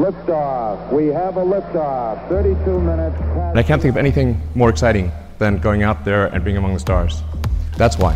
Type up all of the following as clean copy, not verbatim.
Liftoff. We have a liftoff. 32 minutes. And I can't think of anything more exciting than going out there and being among the stars. That's why.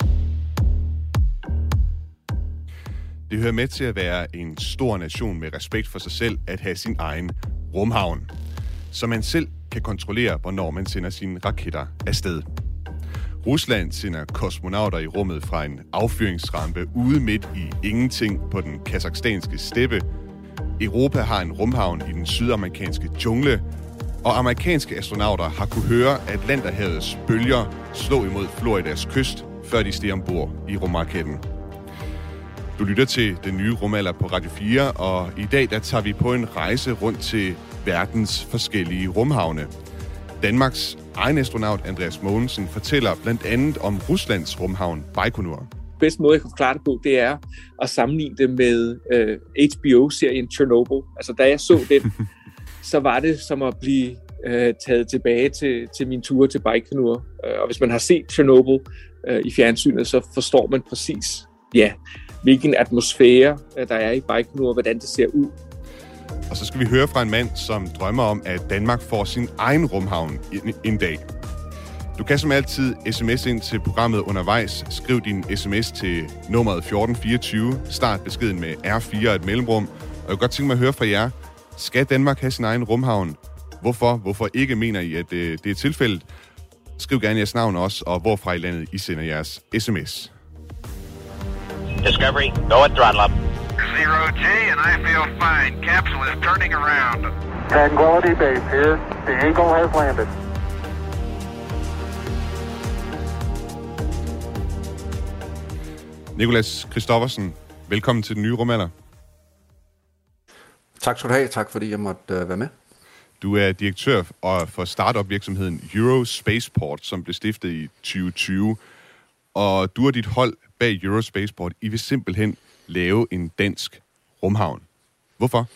Det hører med til at være en stor nation med respekt for sig selv at have sin egen rumhavn, så man selv kan kontrollere, hvornår man sender sine raketter afsted. Rusland sender kosmonauter i rummet fra en affyringsrampe ude midt i ingenting på den kazakhstanske steppe. Europa har en rumhavn i den sydamerikanske jungle, og amerikanske astronauter har kunne høre Atlanterhavets bølger slå imod Floridas kyst, før de steg ombord i rumraketten. Du lytter til Den Nye Rumalder på Radio 4, og i dag der tager vi på en rejse rundt til verdens forskellige rumhavne. Danmarks egen astronaut Andreas Mogensen fortæller blandt andet om Ruslands rumhavn Baikonur. Bedste måde, jeg kan forklare det på, det er at sammenligne det med HBO-serien Chernobyl. Altså, da jeg så den, så var det som at blive taget tilbage til min tur til Baikonur. Og hvis man har set Chernobyl i fjernsynet, så forstår man præcis, hvilken atmosfære der er i Baikonur, hvordan det ser ud. Og så skal vi høre fra en mand, som drømmer om, at Danmark får sin egen rumhavn en dag. Du kan som altid sms ind til programmet undervejs. Skriv din sms til nummeret 1424. Start beskeden med R4 og et mellemrum. Og jeg kan godt tænke mig at høre fra jer. Skal Danmark have sin egen rumhavn? Hvorfor? Hvorfor ikke mener I, at det er tilfældet? Skriv gerne jeres navn også, og hvorfra i landet I sender jeres sms. Discovery, go at throttle up. 0G, and I feel fine. Capsule is turning around. Tranquility Base here. The Eagle has landed. Nicholas Christoffersen, velkommen til Den Nye Rumalder. Tak skal du have. Tak fordi jeg måtte være med. Du er direktør for startup-virksomheden Eurospaceport, som blev stiftet i 2020. Og du og dit hold bag Eurospaceport, I vil simpelthen lave en dansk rumhavn. Hvorfor?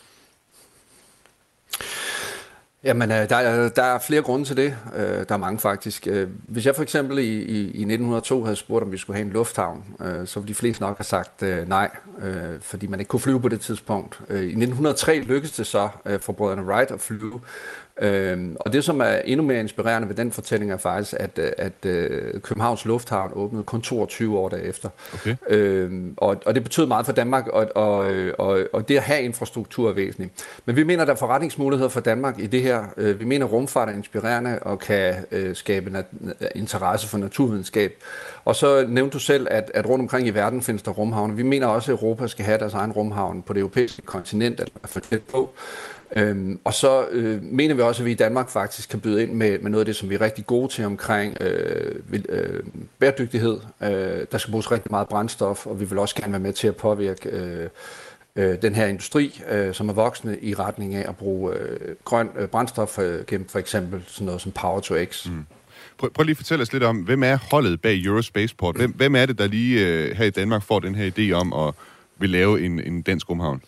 Jamen, der er flere grunde til det. Der er mange faktisk. Hvis jeg for eksempel i 1902 havde spurgt, om vi skulle have en lufthavn, så ville de fleste nok have sagt nej, fordi man ikke kunne flyve på det tidspunkt. I 1903 lykkedes det så for brødrene Wright at flyve. Og det, som er endnu mere inspirerende ved den fortælling, er faktisk, at Københavns Lufthavn åbnede kun 22 år derefter. Okay. Og det betød meget for Danmark, og det at have infrastruktur er væsentligt. Men vi mener, der er forretningsmuligheder for Danmark i det her. Vi mener, rumfart er inspirerende og kan skabe interesse for naturvidenskab. Og så nævnte du selv, at rundt omkring i verden findes der rumhavne. Vi mener også, at Europa skal have deres egen rumhavn på det europæiske kontinent, eller for tæt på. Og så mener vi også, at vi i Danmark faktisk kan byde ind med noget af det, som vi er rigtig gode til omkring bæredygtighed. Der skal bruges rigtig meget brændstof, og vi vil også gerne være med til at påvirke den her industri, som er voksende i retning af at bruge grøn brændstof gennem for eksempel sådan noget som Power to X. Mm. Prøv lige at fortælle os lidt om, hvem er holdet bag Eurospaceport? Hvem er det, der lige her i Danmark får den her idé om at vil lave en dansk rumhavn?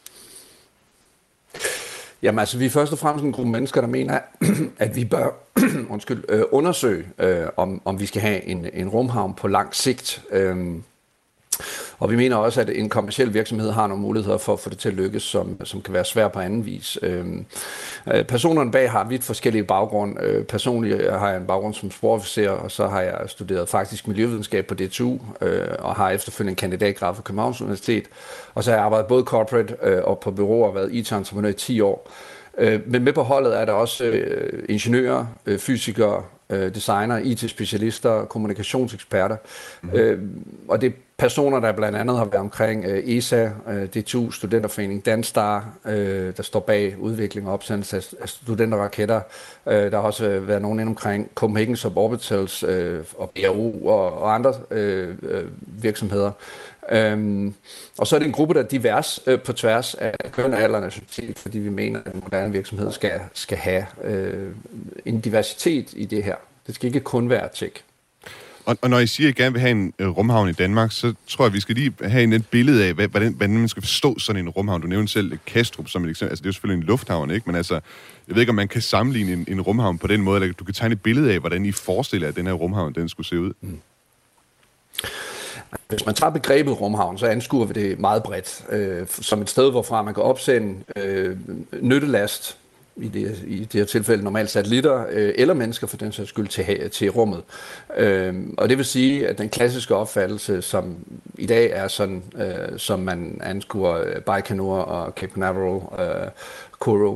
Jamen altså, vi er først og fremmest en gruppe mennesker, der mener, at vi bør undersøge, om vi skal have en rumhavn på lang sigt. Og vi mener også, at en kommerciel virksomhed har nogle muligheder for at få det til at lykkes, som kan være svært på anden vis. Personerne bag har vidt forskellige baggrund. Personligt har jeg en baggrund som sportsofficer, og så har jeg studeret faktisk miljøvidenskab på DTU, og har efterfølgende en kandidatgrad fra Københavns Universitet. Og så har jeg arbejdet både corporate og på bureauer og været IT-entreprenør i 10 år. Men med på holdet er der også ingeniører, fysikere, designere, IT-specialister, kommunikationseksperter. Mm-hmm. Og det er personer, der blandt andet har været omkring ESA, DTU, Studenterforening, Danstar, der står bag udvikling og opsendelse af studenterraketter. Der har også været nogen omkring Copenhagen Suborbitals og BRU og andre virksomheder. Og så er det en gruppe, der er divers på tværs af køn, alder og nationalitet, fordi vi mener, at en moderne virksomhed skal have en diversitet i det her. Det skal ikke kun være tech. Og når I siger, at I gerne vil have en rumhavn i Danmark, så tror jeg, vi skal lige have et billede af, hvordan man skal forstå sådan en rumhavn. Du nævnte selv Kastrup som et eksempel. Altså, det er jo selvfølgelig en lufthavn, ikke? Men altså, jeg ved ikke, om man kan sammenligne en rumhavn på den måde, eller du kan tegne et billede af, hvordan I forestiller, at den her rumhavn, den skulle se ud. Hvis man tager begrebet rumhavn, så anskuer vi det meget bredt, som et sted, hvorfra man kan opsende nyttelast, i det her tilfælde normalt satellitter, eller mennesker for den sags skyld til rummet. Og det vil sige, at den klassiske opfattelse, som i dag er sådan, som man anskuer Baikonur og Cape Canaveral, Kourou.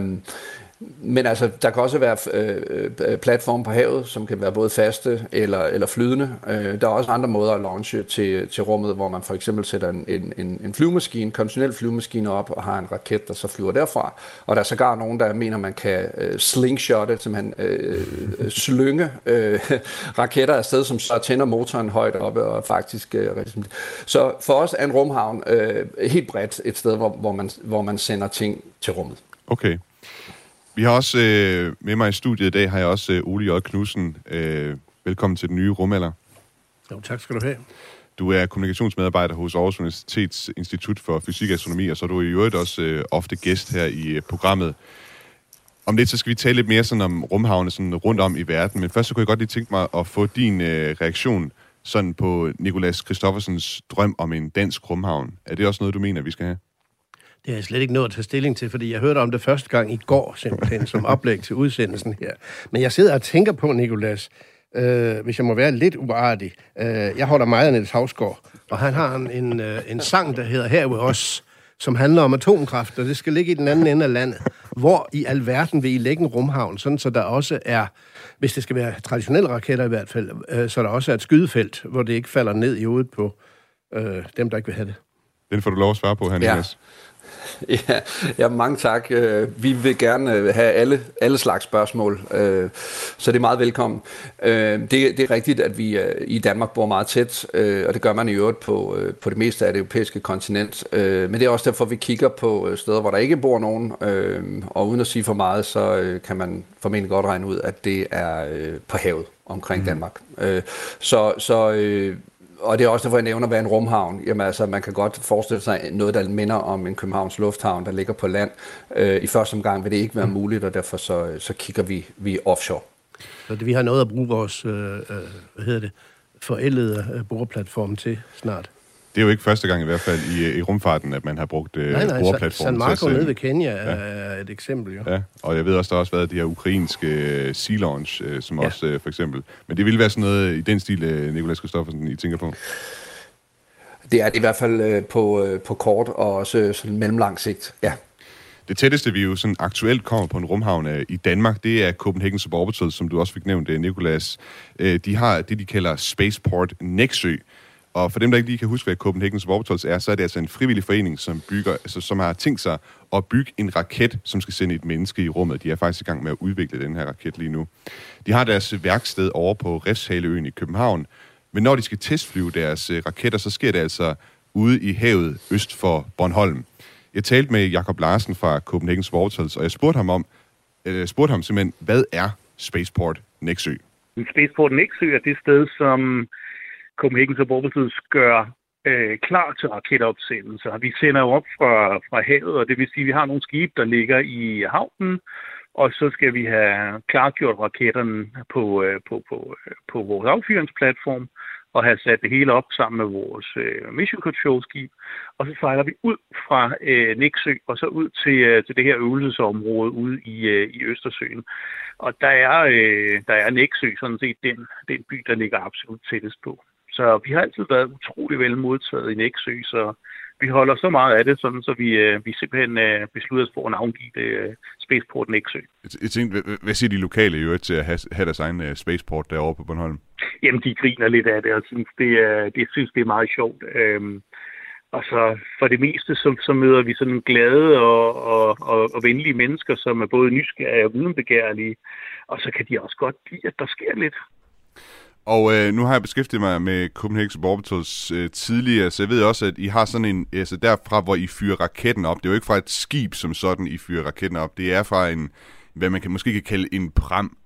Men altså, der kan også være platforme på havet, som kan være både faste eller flydende. Der er også andre måder at launche til rummet, hvor man for eksempel sætter en flyvemaskine, konventionel flyvemaskine op og har en raket, der så flyver derfra. Og der er sågar nogen, der mener, man kan slingshotte, simpelthen slynge raketter afsted, som så tænder motoren højt oppe og faktisk... Så for os er en rumhavn helt bredt et sted, hvor man sender ting til rummet. Okay. Vi har også med mig i studiet i dag, har jeg også Ole J. Knudsen. Velkommen til den nye rumalder. Jo, tak skal du have. Du er kommunikationsmedarbejder hos Aarhus Universitets Institut for Fysik og Astronomi, og så er du i øvrigt også ofte gæst her i programmet. Om lidt, så skal vi tale lidt mere sådan om rumhavne sådan rundt om i verden, men først så kunne jeg godt lige tænke mig at få din reaktion sådan på Nicolas Christoffersens drøm om en dansk rumhavn. Er det også noget, du mener, vi skal have? Det er jeg slet ikke nået at tage stilling til, fordi jeg hørte om det første gang i går, simpelthen, som oplæg til udsendelsen her. Men jeg sidder og tænker på, Nicolas, hvis jeg må være lidt uartig. Jeg holder meget af Niels Hausgaard, og han har en sang, der hedder Her ved os, som handler om atomkraft, og det skal ligge i den anden ende af landet. Hvor i alverden vil I lægge en rumhavn, sådan så der også er, hvis det skal være traditionelle raketter i hvert fald, så der også er et skydefelt, hvor det ikke falder ned i hovedet på dem, der ikke vil have det. Den får du lov at svare på, Nicolas. Ja, mange tak. Vi vil gerne have alle slags spørgsmål, så det er meget velkommen. Det er rigtigt, at vi i Danmark bor meget tæt, og det gør man i øvrigt på det meste af det europæiske kontinent. Men det er også derfor, vi kigger på steder, hvor der ikke bor nogen, og uden at sige for meget, så kan man formentlig godt regne ud, at det er på havet omkring Danmark. Og det er også derfor, jeg nævner, hvad en rumhavn. Jamen altså, man kan godt forestille sig noget, der minder om en Københavns Lufthavn, der ligger på land. I første omgang vil det ikke være muligt, og derfor så kigger vi offshore. Så vi har noget at bruge vores forældede boreplatform til snart. Det er jo ikke første gang i hvert fald i rumfarten, at man har brugt boreplatformen. San Marco nede ved Kenya er et eksempel, jo. Ja, og jeg ved også, der har også været de her ukrainske Sea Launch, som også for eksempel. Men det ville være sådan noget i den stil, Nicolas Christoffersen, I tænker på? Det er det i hvert fald på kort og også sådan mellemlang sigt, ja. Det tætteste, vi jo sådan aktuelt kommer på en rumhavn i Danmark, det er Copenhagen Suborbitals, som du også fik nævnt, Nicolas. De har det, de kalder Spaceport Nexø. Og for dem, der ikke lige kan huske, hvad Copenhagen Suborbitals er, så er det altså en frivillig forening, som har tænkt sig at bygge en raket, som skal sende et menneske i rummet. De er faktisk i gang med at udvikle den her raket lige nu. De har deres værksted over på Refshaleøen i København, men når de skal testflyve deres raketter, så sker det altså ude i havet øst for Bornholm. Jeg talte med Jakob Larsen fra Copenhagen Suborbitals, og jeg spurgte ham simpelthen, hvad er Spaceport Nexø? Spaceport Nexø er det sted, som Copenhagen Suborbitals gør klar til raketopsendelser. Vi sender jo op fra havet, og det vil sige, at vi har nogle skibe, der ligger i havnen, og så skal vi have klargjort raketterne på vores affyringsplatform, og have sat det hele op sammen med vores mission control-skib. Og så sejler vi ud fra Nexø, og så ud til det her øvelsesområde ude i Østersøen. Og der er Nexø sådan set den by, der ligger absolut tættest på. Så vi har altid været utrolig vel modtaget i Nexø, så vi holder så meget af det, sådan, så vi simpelthen beslutter os for at navngive det Spaceport Nexø. Jeg tænkte, hvad siger de lokale i øvrigt til at have deres egen spaceport derovre på Bornholm? Jamen, de griner lidt af det, og synes, det er meget sjovt. Og så for det meste, så møder vi sådan glade og venlige mennesker, som er både nysgerrige og videnbegærlige, og så kan de også godt lide, at der sker lidt. Og nu har jeg beskæftiget mig med Copenhagen Suborbitals tidligere, så jeg ved også, at I har sådan en, altså derfra, hvor I fyrer raketten op. Det er jo ikke fra et skib som sådan, I fyrer raketten op. Det er fra en, hvad man måske kan kalde en pram.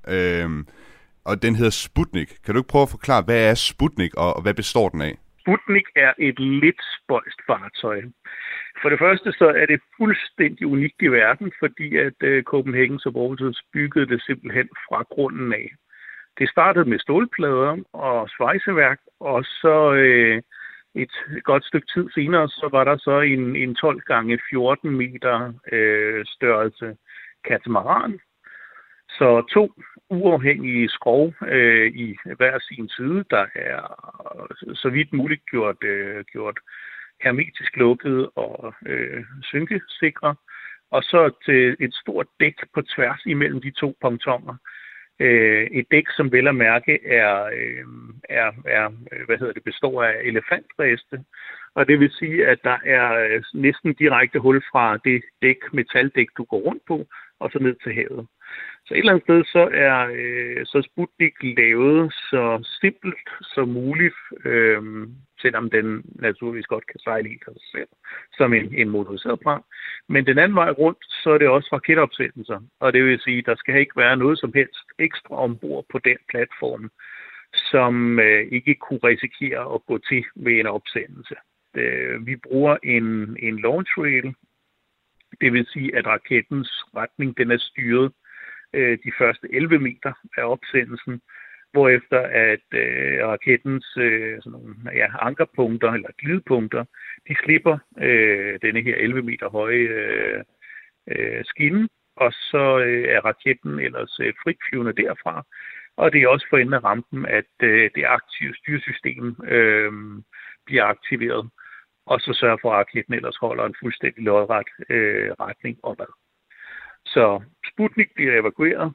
Og den hedder Sputnik. Kan du ikke prøve at forklare, hvad er Sputnik, og hvad består den af? Sputnik er et lidt spøjst fartøj. For det første så er det fuldstændig unikt i verden, fordi at Copenhagen Suborbitals byggede det simpelthen fra grunden af. Det startede med stålplader og svejseværk, og så et godt stykke tid senere, så var der så en 12 gange 14 meter størrelse katamaran. Så 2 uafhængige skrov i hver sin side, der er så vidt muligt gjort hermetisk lukket og synkesikre. Og så et stort dæk på tværs imellem de 2 pontoner. Et dæk, som vel at mærke består af elefantræste. Og det vil sige, at der er næsten direkte hul fra det metaldæk, du går rundt på, og så ned til havet. Så et eller andet sted, så Sputnik lavet så simpelt som muligt, selvom den naturligvis godt kan sejle i sig selv, som en motoriseret plan. Men den anden vej rundt, så er det også raketopsendelser. Og det vil sige, at der skal ikke være noget som helst ekstra ombord på den platform, som ikke kunne risikere at gå til ved en opsendelse. Vi bruger en launch rail. Det vil sige, at rakettens retning den er styret de første 11 meter af opsendelsen, hvorefter at rakettens ankerpunkter eller glidepunkter, de slipper denne her 11 meter høje skinne, og så er raketten ellers fritflyvende derfra. Og det er også for enden af rampen, at det aktive styresystem bliver aktiveret, og så sørger for, at raketten ellers holder en fuldstændig lodret retning opad. Så Sputnik bliver evakueret,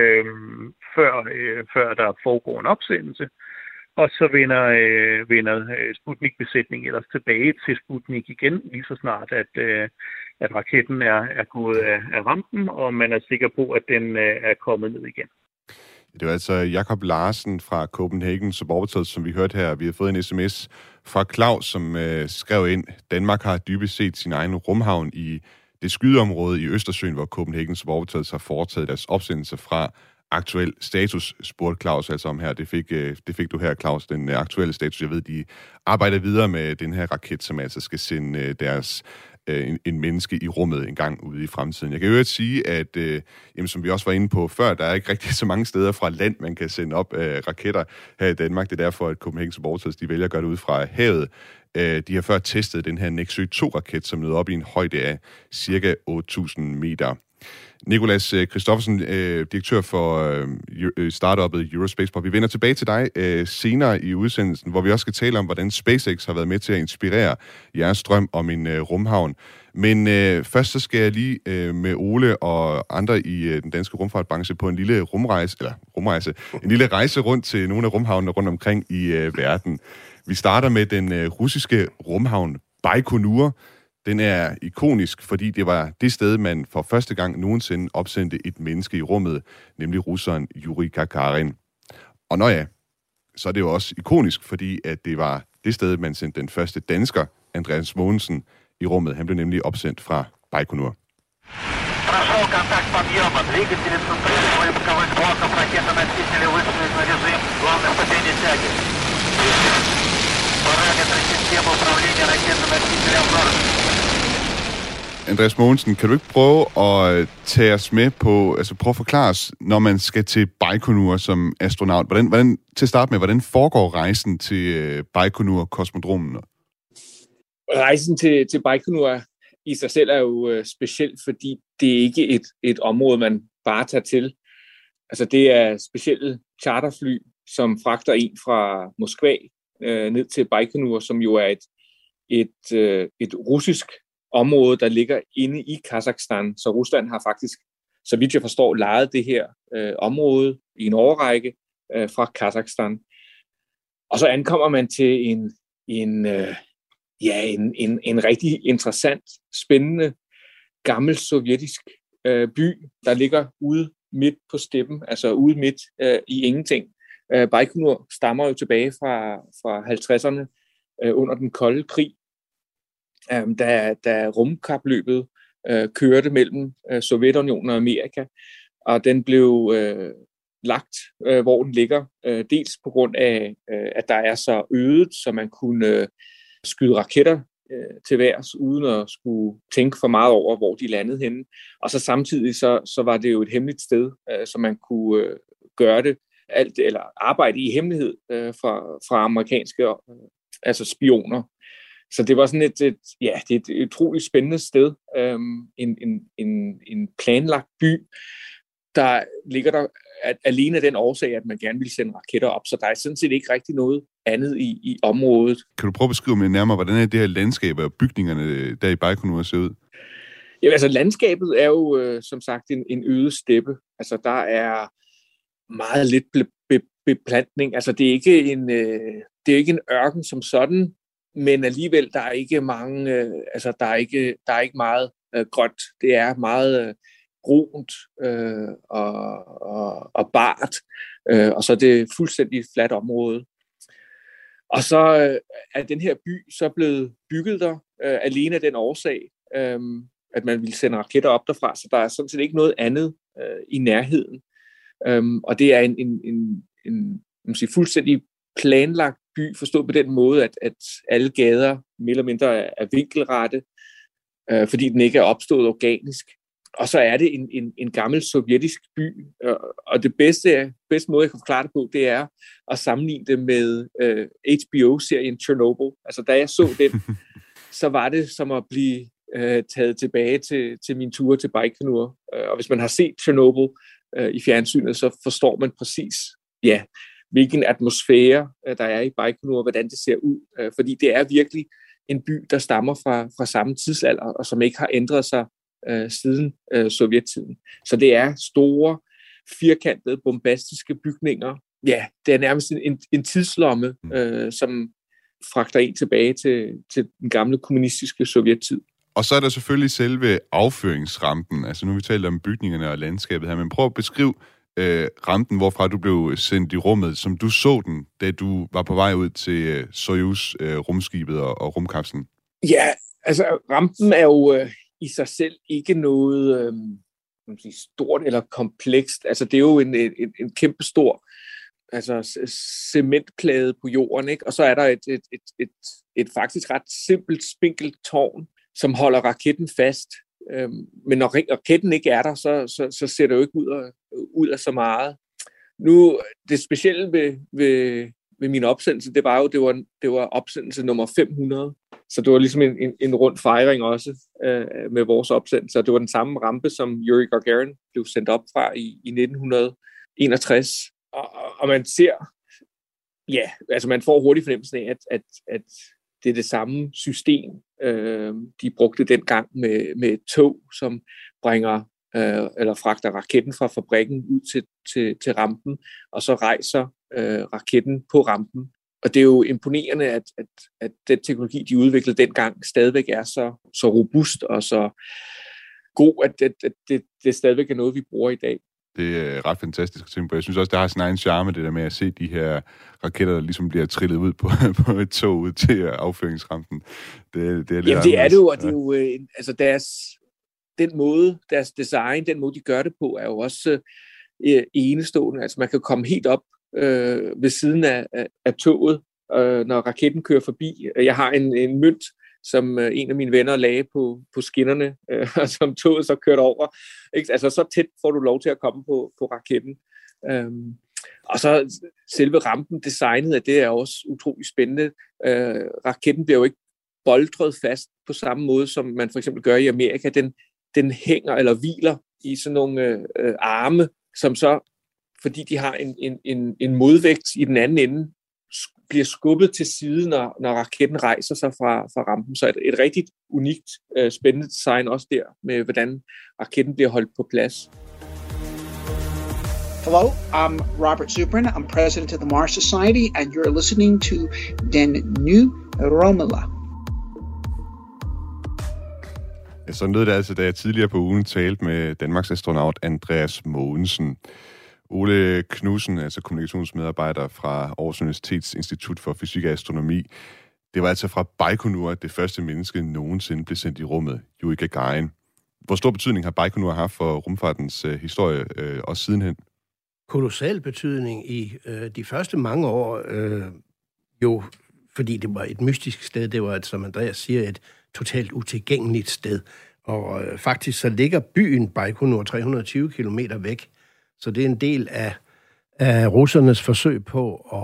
før der foregår en opsendelse, og så vender Sputnik-besætningen ellers tilbage til Sputnik igen, lige så snart, at raketten er gået af rampen, og man er sikker på, at den er kommet ned igen. Det var altså Jakob Larsen fra Copenhagen Suborbitals, som vi hørte her. Vi har fået en sms fra Claus, som skrev ind, Danmark har dybest set sin egen rumhavn i det skydeområde i Østersøen, hvor Copenhagen Suborbitals har foretaget deres opsendelse fra. Aktuel status, spurgte Claus altså om her. Det fik du her, Claus, den aktuelle status. Jeg ved, de arbejder videre med den her raket, som altså skal sende en menneske i rummet en gang ude i fremtiden. Jeg kan jo sige, at som vi også var inde på før, der er ikke rigtig så mange steder fra land, man kan sende op raketter her i Danmark. Det er derfor, at Copenhagen Suborbitals, de vælger at gøre det ud fra havet. De har før testet den her Nexø 2-raket, som nåede op i en højde af cirka 8.000 meter. Nicolas Christoffersen, direktør for startuppet Eurospaceport. Vi vender tilbage til dig senere i udsendelsen, hvor vi også skal tale om, hvordan SpaceX har været med til at inspirere jeres drøm om en rumhavn. Men først så skal jeg lige med Ole og andre i den danske rumfartbranche på en lille en lille rejse rundt til nogle af rumhavnene rundt omkring i verden. Vi starter med den russiske rumhavn Baikonur. Den er ikonisk, fordi det var det sted, man for første gang nogensinde opsendte et menneske i rummet, nemlig russeren Yuri Gagarin. Og så er det jo også ikonisk, fordi at det var det sted, man sendte den første dansker, Andreas Mogensen, i rummet. Han blev nemlig opsendt fra Baikonur. Прошел контакт подъема. Двигатели центрального и боковых блоков ракеты-носители вышли на режим главной ступени тяги. Параметры системы управления ракеты-носителем норм. Andreas Mogensen, kan du ikke prøve at tage os med på, prøve at forklare os, når man skal til Baikonur som astronaut, hvordan foregår rejsen til Baikonur-kosmodromen? Rejsen til Baikonur i sig selv er jo specielt, fordi det er ikke et område, man bare tager til. Altså det er specielle charterfly, som fragter en fra Moskva ned til Baikonur, som jo er et russisk område, der ligger inde i Kazakhstan. Så Rusland har faktisk, så vidt jeg forstår, lejet det her område i en årrække fra Kazakhstan. Og så ankommer man til en rigtig interessant, spændende, gammel sovjetisk by, der ligger ude midt på steppen, altså ude midt i ingenting. Baikonur stammer jo tilbage fra 50'erne under den kolde krig, da rumkapløbet kørte mellem Sovjetunionen og Amerika, og den blev lagt, hvor den ligger, dels på grund af, at der er så ødet, så man kunne skyde raketter til værs, uden at skulle tænke for meget over, hvor de landede henne. Og så samtidig så var det jo et hemmeligt sted, så man kunne gøre det eller arbejde i hemmelighed fra amerikanske altså spioner. Så det var sådan det er et utroligt spændende sted. En planlagt by, der ligger der alene af den årsag, at man gerne vil sende raketter op, så der er sådan set ikke rigtig noget andet i området. Kan du prøve at beskrive mere nærmere, hvordan er det her landskab og bygningerne der i Baikonur ser ud? Ja, altså landskabet er jo som sagt en øde steppe. Altså der er meget lidt beplantning. Altså det er ikke en ørken som sådan, men alligevel der er ikke mange. Der er ikke meget grønt. Det er meget brunt og bart, og så er det fuldstændig fladt område. Og så er den her by så blevet bygget der alene af den årsag, at man ville sende raketter op derfra, så der er sådan set ikke noget andet i nærheden. Og det er en fuldstændig planlagt by, forstået på den måde, at alle gader mere eller mindre er vinkelrette, fordi den ikke er opstået organisk. Og så er det en gammel sovjetisk by, og det bedste måde, jeg kan forklare det på, det er at sammenligne det med HBO-serien Chernobyl. Altså, da jeg så den, så var det som at blive taget tilbage til min tur til Baikonur. Og hvis man har set Chernobyl i fjernsynet, så forstår man præcis, hvilken atmosfære der er i Baikonur, hvordan det ser ud. Fordi det er virkelig en by, der stammer fra samme tidsalder, og som ikke har ændret sig siden sovjettiden. Så det er store, firkantede, bombastiske bygninger. Ja, det er nærmest en tidslomme, som fragter en tilbage til den gamle kommunistiske sovjettid. Og så er der selvfølgelig selve affyringsrampen. Altså nu har vi talt om bygningerne og landskabet her, men prøv at beskrive rampen, hvorfra du blev sendt i rummet, som du så den, da du var på vej ud til Soyuz rumskibet og rumkapslen. Ja, altså rampen er jo i sig selv ikke noget stort eller komplekst. Altså det er jo en kæmpe stor cementplade på jorden, ikke? Og så er der et faktisk ret simpelt, spinkelt tårn, som holder raketten fast. Men når raketten ikke er der, så ser det jo ikke ud af så meget. Nu, det specielle ved min opsendelse, det var jo, det var opsendelse nummer 500. Så det var ligesom en rund fejring også med vores opsendelse. Det var den samme rampe, som Yuri Gagarin blev sendt op fra i 1961. Og man ser, man får hurtigt fornemmelsen af, at det er det samme system, de brugte dengang med et tog, som bringer eller fragter raketten fra fabrikken ud til rampen, og så rejser raketten på rampen. Og det er jo imponerende, at den teknologi, de udviklede dengang, stadigvæk er så robust og så god, at det stadigvæk er noget, vi bruger i dag. Det er ret fantastisk at tænke på. Jeg synes også, der har sin egen charme, det der med at se de her raketter, der ligesom bliver trillet ud på et tog ud til affyringsrampen. Det er lidt det er det jo, og det er jo deres design, den måde, de gør det på, er jo også enestående. Altså man kan komme helt op ved siden af toget, når raketten kører forbi. Jeg har en mønt, som en af mine venner lagde på skinnerne, og som toget så kørte over. Ikke? Altså så tæt får du lov til at komme på raketten. Og så selve rampen, designet af det er også utrolig spændende. Raketten bliver jo ikke boldret fast på samme måde, som man for eksempel gør i Amerika. Den hænger eller hviler i sådan nogle arme, som så, fordi de har en modvægt i den anden ende, bliver skubbet til side, når raketten rejser sig fra rampen. Så et rigtig unikt, spændende design også der, med hvordan raketten bliver holdt på plads. Hello, I'm Robert Zubrin. I'm president of the Mars Society, and you're listening to Den Nye Romula. Ja, så lød det altså, da jeg tidligere på ugen talte med Danmarks astronaut Andreas Mogensen. Ole Knudsen, altså kommunikationsmedarbejder fra Aarhus Universitets Institut for Fysik og Astronomi. Det var altså fra Baikonur, at det første menneske nogensinde blev sendt i rummet, Yuri Gagarin. Hvor stor betydning har Baikonur haft for rumfartens historie og sidenhen? Kolossal betydning i de første mange år, jo fordi det var et mystisk sted. Det var, som Andreas siger, et totalt utilgængeligt sted. Og faktisk så ligger byen Baikonur 320 kilometer væk. Så det er en del af russernes forsøg på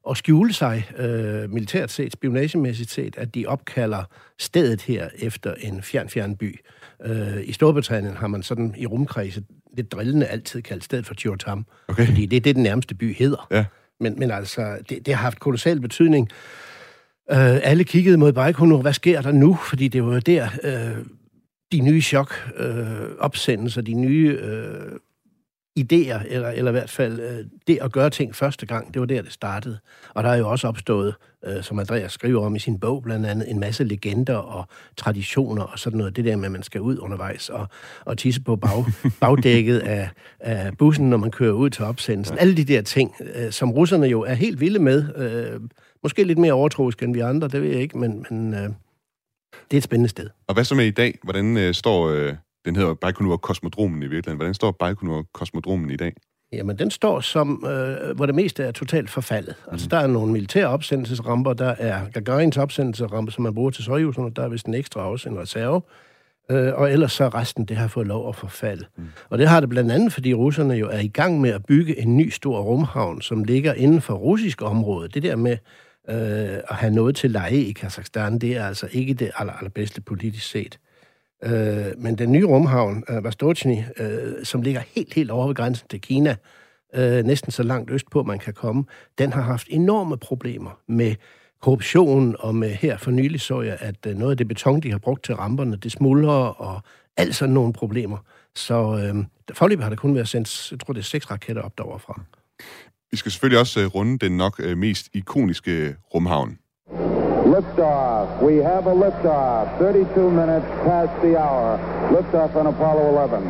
at skjule sig militært set, spionagemæssigt set, at de opkalder stedet her efter en fjern by. I Storbritannien har man sådan i rumkredse lidt drillende altid kaldt stedet for Chiyotam, fordi det er det, den nærmeste by hedder. Ja. Men altså, det har haft kolossal betydning. Alle kiggede mod Baikonur, hvad sker der nu? Fordi det var jo der, de nye opsendelser, de nye idéer, eller i hvert fald det at gøre ting første gang, det var der, det startede. Og der er jo også opstået, som Andreas skriver om i sin bog, blandt andet en masse legender og traditioner og sådan noget. Det der med, at man skal ud undervejs og tisse på bagdækket af bussen, når man kører ud til opsendelsen. Alle de der ting, som russerne jo er helt vilde med. Måske lidt mere overtroiske end vi andre, det ved jeg ikke, men det er et spændende sted. Og hvad så med i dag? Hvordan står... Den hedder Baikonur-kosmodromen i virkeligheden. Hvordan står Baikonur-kosmodromen i dag? Jamen, den står som, hvor det meste er totalt forfaldet. Altså, der er nogle militære opsendelsesramper, der er Gagarins opsendelsesramper, som man bruger til Soyuz'en, og der er vist en ekstra også, en reserve. Og ellers så resten, det har fået lov at forfalde. Og det har det blandt andet, fordi russerne jo er i gang med at bygge en ny stor rumhavn, som ligger inden for russisk område. Det der med at have noget til leje i Kazakhstan, det er altså ikke det allerbedste politisk set. Men den nye rumhavn, Vostochny, som ligger helt over ved grænsen til Kina, næsten så langt østpå man kan komme, den har haft enorme problemer med korruption, og med her for nylig så jeg, at noget af det beton, de har brugt til ramperne, det smuldrer, og alt sådan nogle problemer. Så foreløbig har der kun været sendt, jeg tror det er 6 raketter op derovre fra. Vi skal selvfølgelig også runde den nok mest ikoniske rumhavn. Liftoff. We have a liftoff. 32 minutes past the hour. Liftoff on Apollo 11.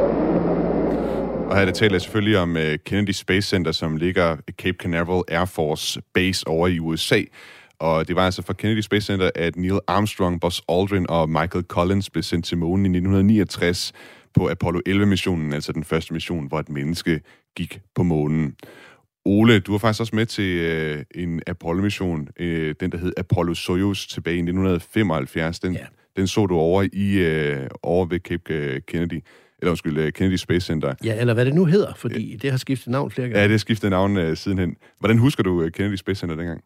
Og her taler jeg selvfølgelig om Kennedy Space Center, som ligger Cape Canaveral Air Force Base over i USA. Og det var altså fra Kennedy Space Center, at Neil Armstrong, Buzz Aldrin og Michael Collins blev sendt til månen i 1969 på Apollo 11-missionen, altså den første mission, hvor et menneske gik på månen. Ole, du var faktisk også med til en Apollo-mission, den der hed Apollo Soyuz tilbage i 1975. Den så du over ved Cape Kennedy, Kennedy Space Center. Ja, eller hvad det nu hedder, fordi det har skiftet navn flere gange. Ja, det har skiftet navn sidenhen. Hvordan husker du Kennedy Space Center dengang?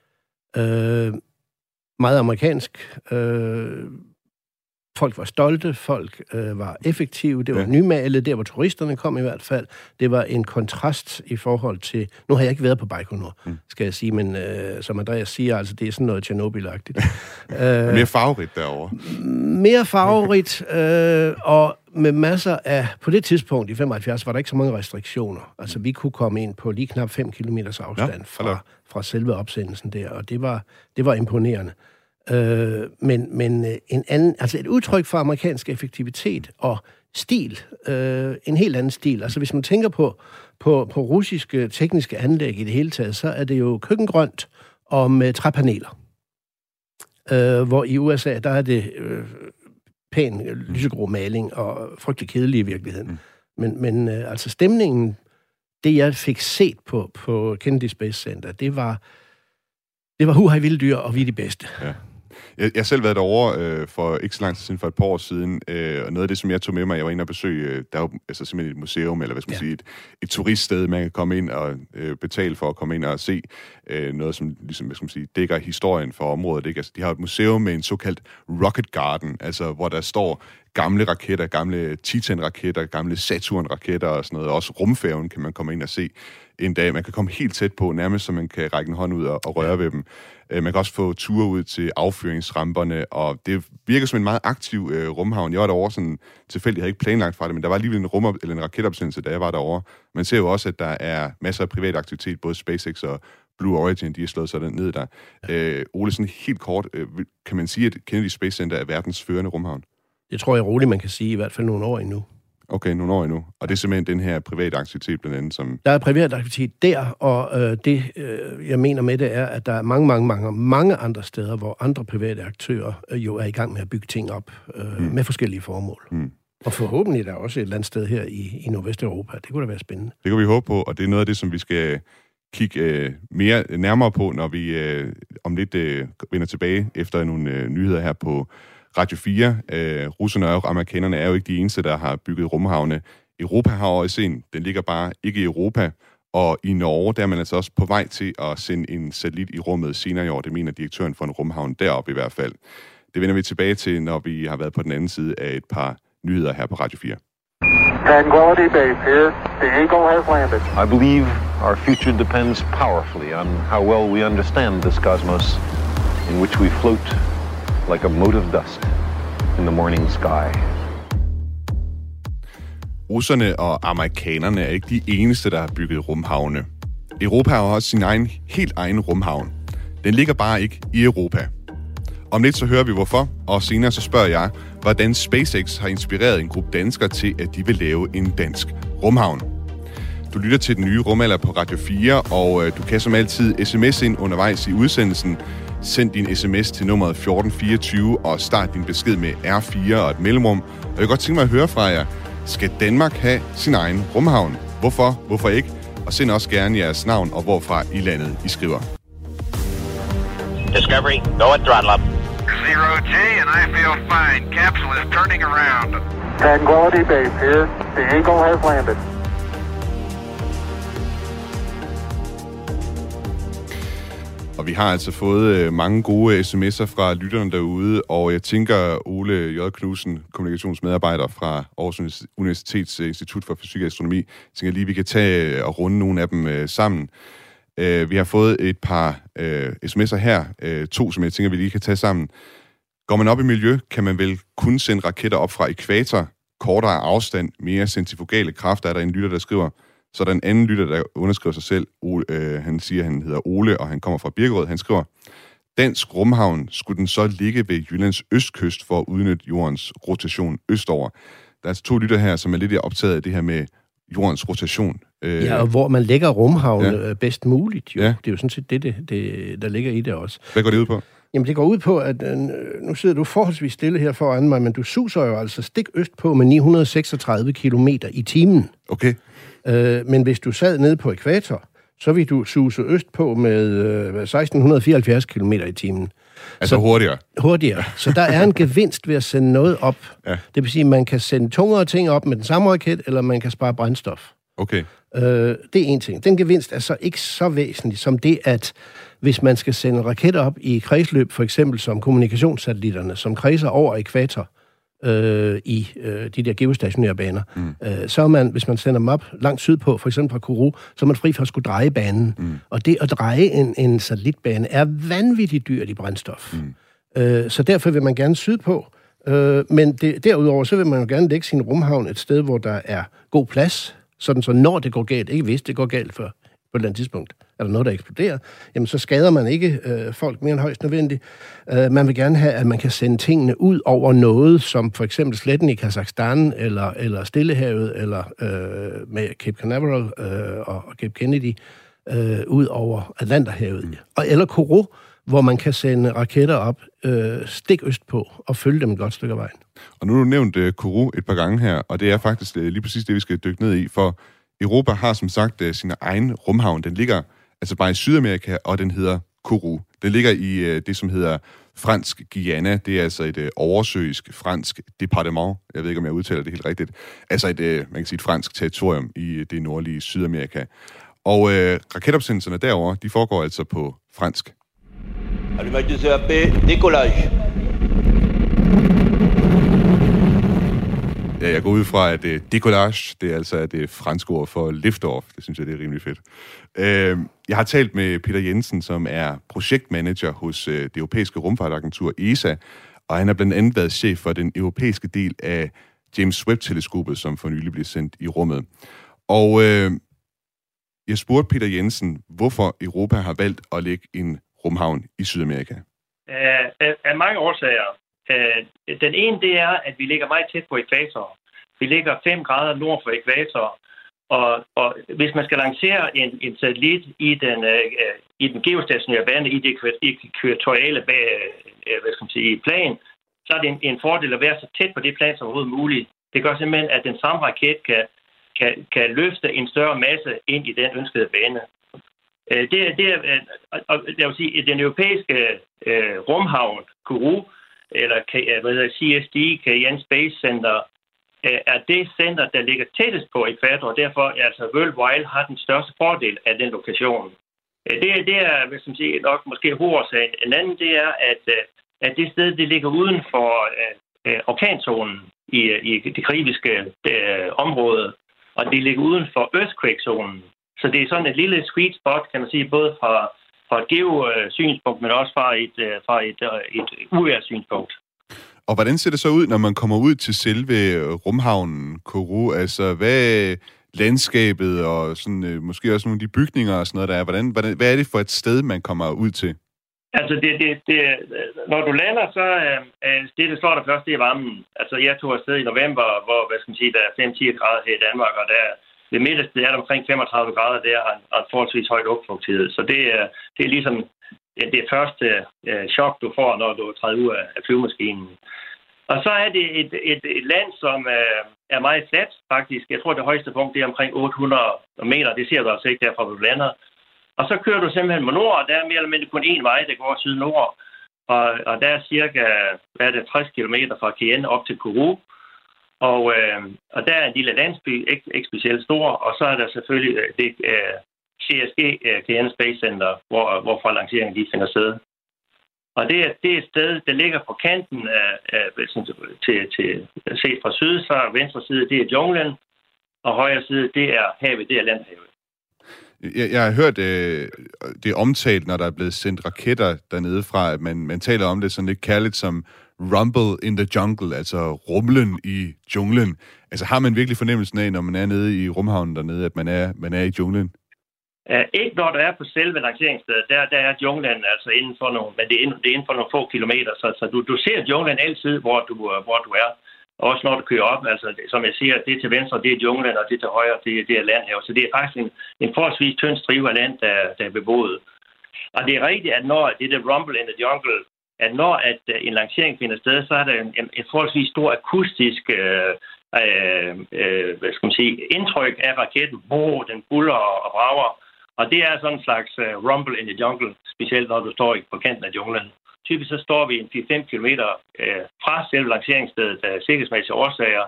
Meget amerikansk. Folk var stolte, folk var effektive, det var nymalet, der hvor turisterne kom i hvert fald. Det var en kontrast i forhold til... Nu har jeg ikke været på Baikonur, skal jeg sige, men som Andreas siger, altså det er sådan noget Tjernobyl-agtigt. Mere farverigt derovre. Mere farverigt, og med masser af... På det tidspunkt i 75 var der ikke så mange restriktioner. Altså vi kunne komme ind på lige knap 5 kilometers afstand fra selve opsendelsen der, og det var imponerende. Men en anden, altså et udtryk for amerikansk effektivitet og stil, en helt anden stil. Altså hvis man tænker på russiske tekniske anlæg i det hele taget, så er det jo køkkengrønt og med træpaneler. Hvor i USA, der er det pæn lysegrå maling og frygtelig kedelig i virkeligheden. Men altså stemningen, det jeg fik set på Kennedy Space Center, det var huhej vilde dyr, og vi er de bedste. Ja. Jeg har selv været derovre for ikke så lang tid siden, for et par år siden, og noget af det, som jeg tog med mig, jeg var inde og besøge, der er jo altså simpelthen et museum, eller hvad skal man sige, et turiststed, man kan komme ind og betale for at komme ind og se noget, som ligesom, hvad skal man sige, dækker historien for området. Ikke? Altså, de har et museum med en såkaldt rocket garden, altså hvor der står gamle raketter, gamle Titan-raketter, gamle Saturn-raketter og sådan noget. Også rumfærgen kan man komme ind og se en dag. Man kan komme helt tæt på, nærmest så man kan række en hånd ud og røre ved dem. Man kan også få ture ud til affyringsramperne, og det virker som en meget aktiv rumhavn. Jeg var derovre sådan tilfældigt, jeg havde ikke planlagt fra det, men der var alligevel en raketopsendelse, da jeg var derovre. Man ser jo også, at der er masser af privat aktivitet, både SpaceX og Blue Origin, de har slået sig ned der. Ole, sådan helt kort, kan man sige, at Kennedy Space Center er verdens førende rumhavn? Det tror jeg roligt, man kan sige, i hvert fald nogle år endnu. Okay, nogle år endnu. Og det er simpelthen den her private aktivitet blandt andet, som... Der er privat aktivitet der, og det, jeg mener med det, er, at der er mange andre steder, hvor andre private aktører jo er i gang med at bygge ting op med forskellige formål. Og forhåbentlig der er også et eller andet sted her i Nordvesteuropa. Det kunne da være spændende. Det kan vi håbe på, og det er noget af det, som vi skal kigge nærmere på, når vi om lidt vender tilbage efter nogle nyheder her på Radio 4. Russerne og amerikanerne er jo ikke de eneste, der har bygget rumhavne. Europa har også en. Den ligger bare ikke i Europa. Og i Norge, der er man altså også på vej til at sende en satellit i rummet senere i år. Det mener direktøren for en rumhavn deroppe i hvert fald. Det vender vi tilbage til, når vi har været på den anden side af et par nyheder her på Radio 4. Tranquility Base here. The Eagle has landed. I believe our future depends powerfully on how well we understand this cosmos in which we float like a mote of dust in the morning sky. Russerne og amerikanerne er ikke de eneste, der har bygget rumhavne. Europa har også sin helt egen rumhavn. Den ligger bare ikke i Europa. Om lidt så hører vi hvorfor, og senere så spørger jeg, hvordan SpaceX har inspireret en gruppe danskere til, at de vil lave en dansk rumhavn. Du lytter til den nye rumalder på Radio 4, og du kan som altid sms ind undervejs i udsendelsen. Send din sms til nummeret 1424 og start din besked med R4 og et mellemrum. Og jeg kan godt tænke mig at høre fra jer. Skal Danmark have sin egen rumhavn? Hvorfor? Hvorfor ikke? Og send også gerne jeres navn og hvorfra i landet I skriver. Discovery, go at throttle up. 0G, and I feel fine. Capsule is turning around. Tranquility Base here. The Eagle has landed. Og vi har altså fået mange gode sms'er fra lytterne derude, og jeg tænker, Ole J. Knudsen, kommunikationsmedarbejder fra Aarhus Universitets Institut for Fysik og Astronomi, tænker lige, vi kan tage og runde nogle af dem sammen. Vi har fået et par sms'er her, 2, som jeg tænker, vi lige kan tage sammen. Går man op i miljø, kan man vel kun sende raketter op fra ækvator, kortere afstand, mere centrifugale kræfter, er der en lytter, der skriver. Så er der en anden lytter, der underskriver sig selv. Han siger, han hedder Ole, og han kommer fra Birkerød. Han skriver, dansk rumhavn skulle den så ligge ved Jyllands østkyst for at udnytte jordens rotation østover. Der er altså 2 lytter her, som er lidt optaget af det her med jordens rotation. Ja, og hvor man lægger rumhavn bedst muligt. Jo. Ja. Det er jo sådan set det, der ligger i det også. Hvad går det ud på? Jamen, det går ud på, at nu sidder du forholdsvis stille her foran mig, men du suser jo altså stik øst på med 936 kilometer i timen. Okay. Men hvis du sad nede på ækvator, så vil du suse øst på med 1674 km i timen. Altså hurtigere? Hurtigere. Så der er en gevinst ved at sende noget op. Ja. Det vil sige, at man kan sende tungere ting op med den samme raket, eller man kan spare brændstof. Okay. Det er en ting. Den gevinst er så ikke så væsentlig som det, at hvis man skal sende raketter op i kredsløb, for eksempel som kommunikationssatellitterne, som kredser over ækvator, i de der geostationære baner, så er man, hvis man sender dem op langt sydpå, for eksempel fra Kourou, så er man fri for at skulle dreje banen. Og det at dreje en satellitbane er vanvittigt dyrt i brændstof. Så derfor vil man gerne sydpå. Men derudover, så vil man jo gerne lægge sin rumhavn et sted, hvor der er god plads, sådan så når det går galt, ikke hvis det går galt på et eller andet tidspunkt, er der noget, der eksploderer, jamen så skader man ikke folk mere end højst nødvendigt. Man vil gerne have, at man kan sende tingene ud over noget, som for eksempel sletten i Kazakhstan, eller Stillehavet, eller med Cape Canaveral og Cape Kennedy, ud over Atlanterhavet. Eller Kourou, hvor man kan sende raketter op stik øst på og følge dem et godt stykke af vejen. Og nu har du nævnt Kourou et par gange her, og det er faktisk lige præcis det, vi skal dykke ned i, for Europa har som sagt sin egen rumhavn. Den ligger altså bare i Sydamerika, og den hedder Kourou. Den ligger i det, som hedder Fransk Guyana. Det er altså et oversøisk fransk departement. Jeg ved ikke, om jeg udtaler det helt rigtigt. Altså man kan sige et fransk territorium i det nordlige Sydamerika. Og raketopsendelserne derovre, de foregår altså på fransk. Allumage de CAP, décollage. Ja, jeg går ud fra, at décollage, det er altså det franske ord for liftoff. Det synes jeg, det er rimelig fedt. Jeg har talt med Peter Jensen, som er projektmanager hos det europæiske rumfartagentur ESA, og han har blandt andet været chef for den europæiske del af James Webb-teleskopet, som for nylig blev sendt i rummet. Og jeg spurgte Peter Jensen, hvorfor Europa har valgt at lægge en rumhavn i Sydamerika. Af mange årsager. Den ene, det er, at vi ligger meget tæt på ækvator. Vi ligger 5 grader nord for ækvator, og hvis man skal lancere en satellit i den geostationære bane, i det ækvatoriale plan, så er det en fordel at være så tæt på det plan som overhovedet muligt. Det gør simpelthen, at den samme raket kan løfte en større masse ind i den ønskede bane. Jeg vil sige, den europæiske rumhavn, Kourou, eller CSD, Cayenne Space Center, er det center, der ligger tættest på ekvator, og derfor altså World Wide har den største fordel af den lokation. Det er, hvis man siger, nok måske hovedårsagen. En anden, det er, at det sted, det ligger uden for orkanzonen i det karibiske område, og det ligger uden for earthquake-zonen. Så det er sådan et lille sweet spot, kan man sige, både fra et geosynspunkt, men også fra et uvejrssynspunkt. Og hvordan ser det så ud, når man kommer ud til selve rumhavnen, Kourou? Altså, hvad er landskabet og sådan, måske også nogle af de bygninger og sådan noget, der er? Hvad er det for et sted, man kommer ud til? Altså, når du lander, så det slår der først, det er varmen. Altså, jeg tog afsted i november, hvor, der er 5-10 grader her i Danmark, og der ved midterste er der omkring 35 grader, der har en forholdsvis højt luftfugtighed. Så det er ligesom det første chok, du får, når du træder ud af flyvemaskinen. Og så er det et land, som er meget fladt, faktisk. Jeg tror, det højeste punkt det er omkring 800 meter. Det ser du altså ikke derfra, hvor du lander. Og så kører du simpelthen mod nord, og der er mere eller mindre kun én vej, der går syd-nord. Og der er cirka 60 km fra Cayenne op til Kourou. Og der er en lille landsby, ikke specielt stor, og så er der selvfølgelig det CSG, Cayenne Space Center, hvorfra lanceringen lige finder sted. Og det er et sted, der ligger på kanten til set fra syd, så venstre side, det er junglen, og højre side, det er havet, det er landhavet. Jeg har hørt det omtalt, når der er blevet sendt raketter dernede fra, at man taler om det sådan lidt kærligt som rumble in the jungle, altså rumlen i junglen. Altså har man virkelig fornemmelsen af, når man er nede i rumhavnen dernede, at man er i junglen? Ikke når du er på selve lanceringsstedet. Der er junglen altså inden for nogle, men det er inden for nogle få kilometer, så du ser junglen altid, hvor du er. Også når du kører op, altså som jeg siger, det til venstre, det er junglen, og det til højre, det er landhav. Så det er faktisk en forholdsvis tynd stribe af land, der er beboet. Og det er rigtigt, at når det der rumble in the jungle, at når en lancering finder sted, så er der en forholdsvis stor akustisk indtryk af raketten. Den buller og brager. Og det er sådan en slags rumble in the jungle, specielt når du står på kanten af junglen. Typisk så står vi 4-5 kilometer fra selve lanceringsstedet af sikkerhedsmæssige årsager.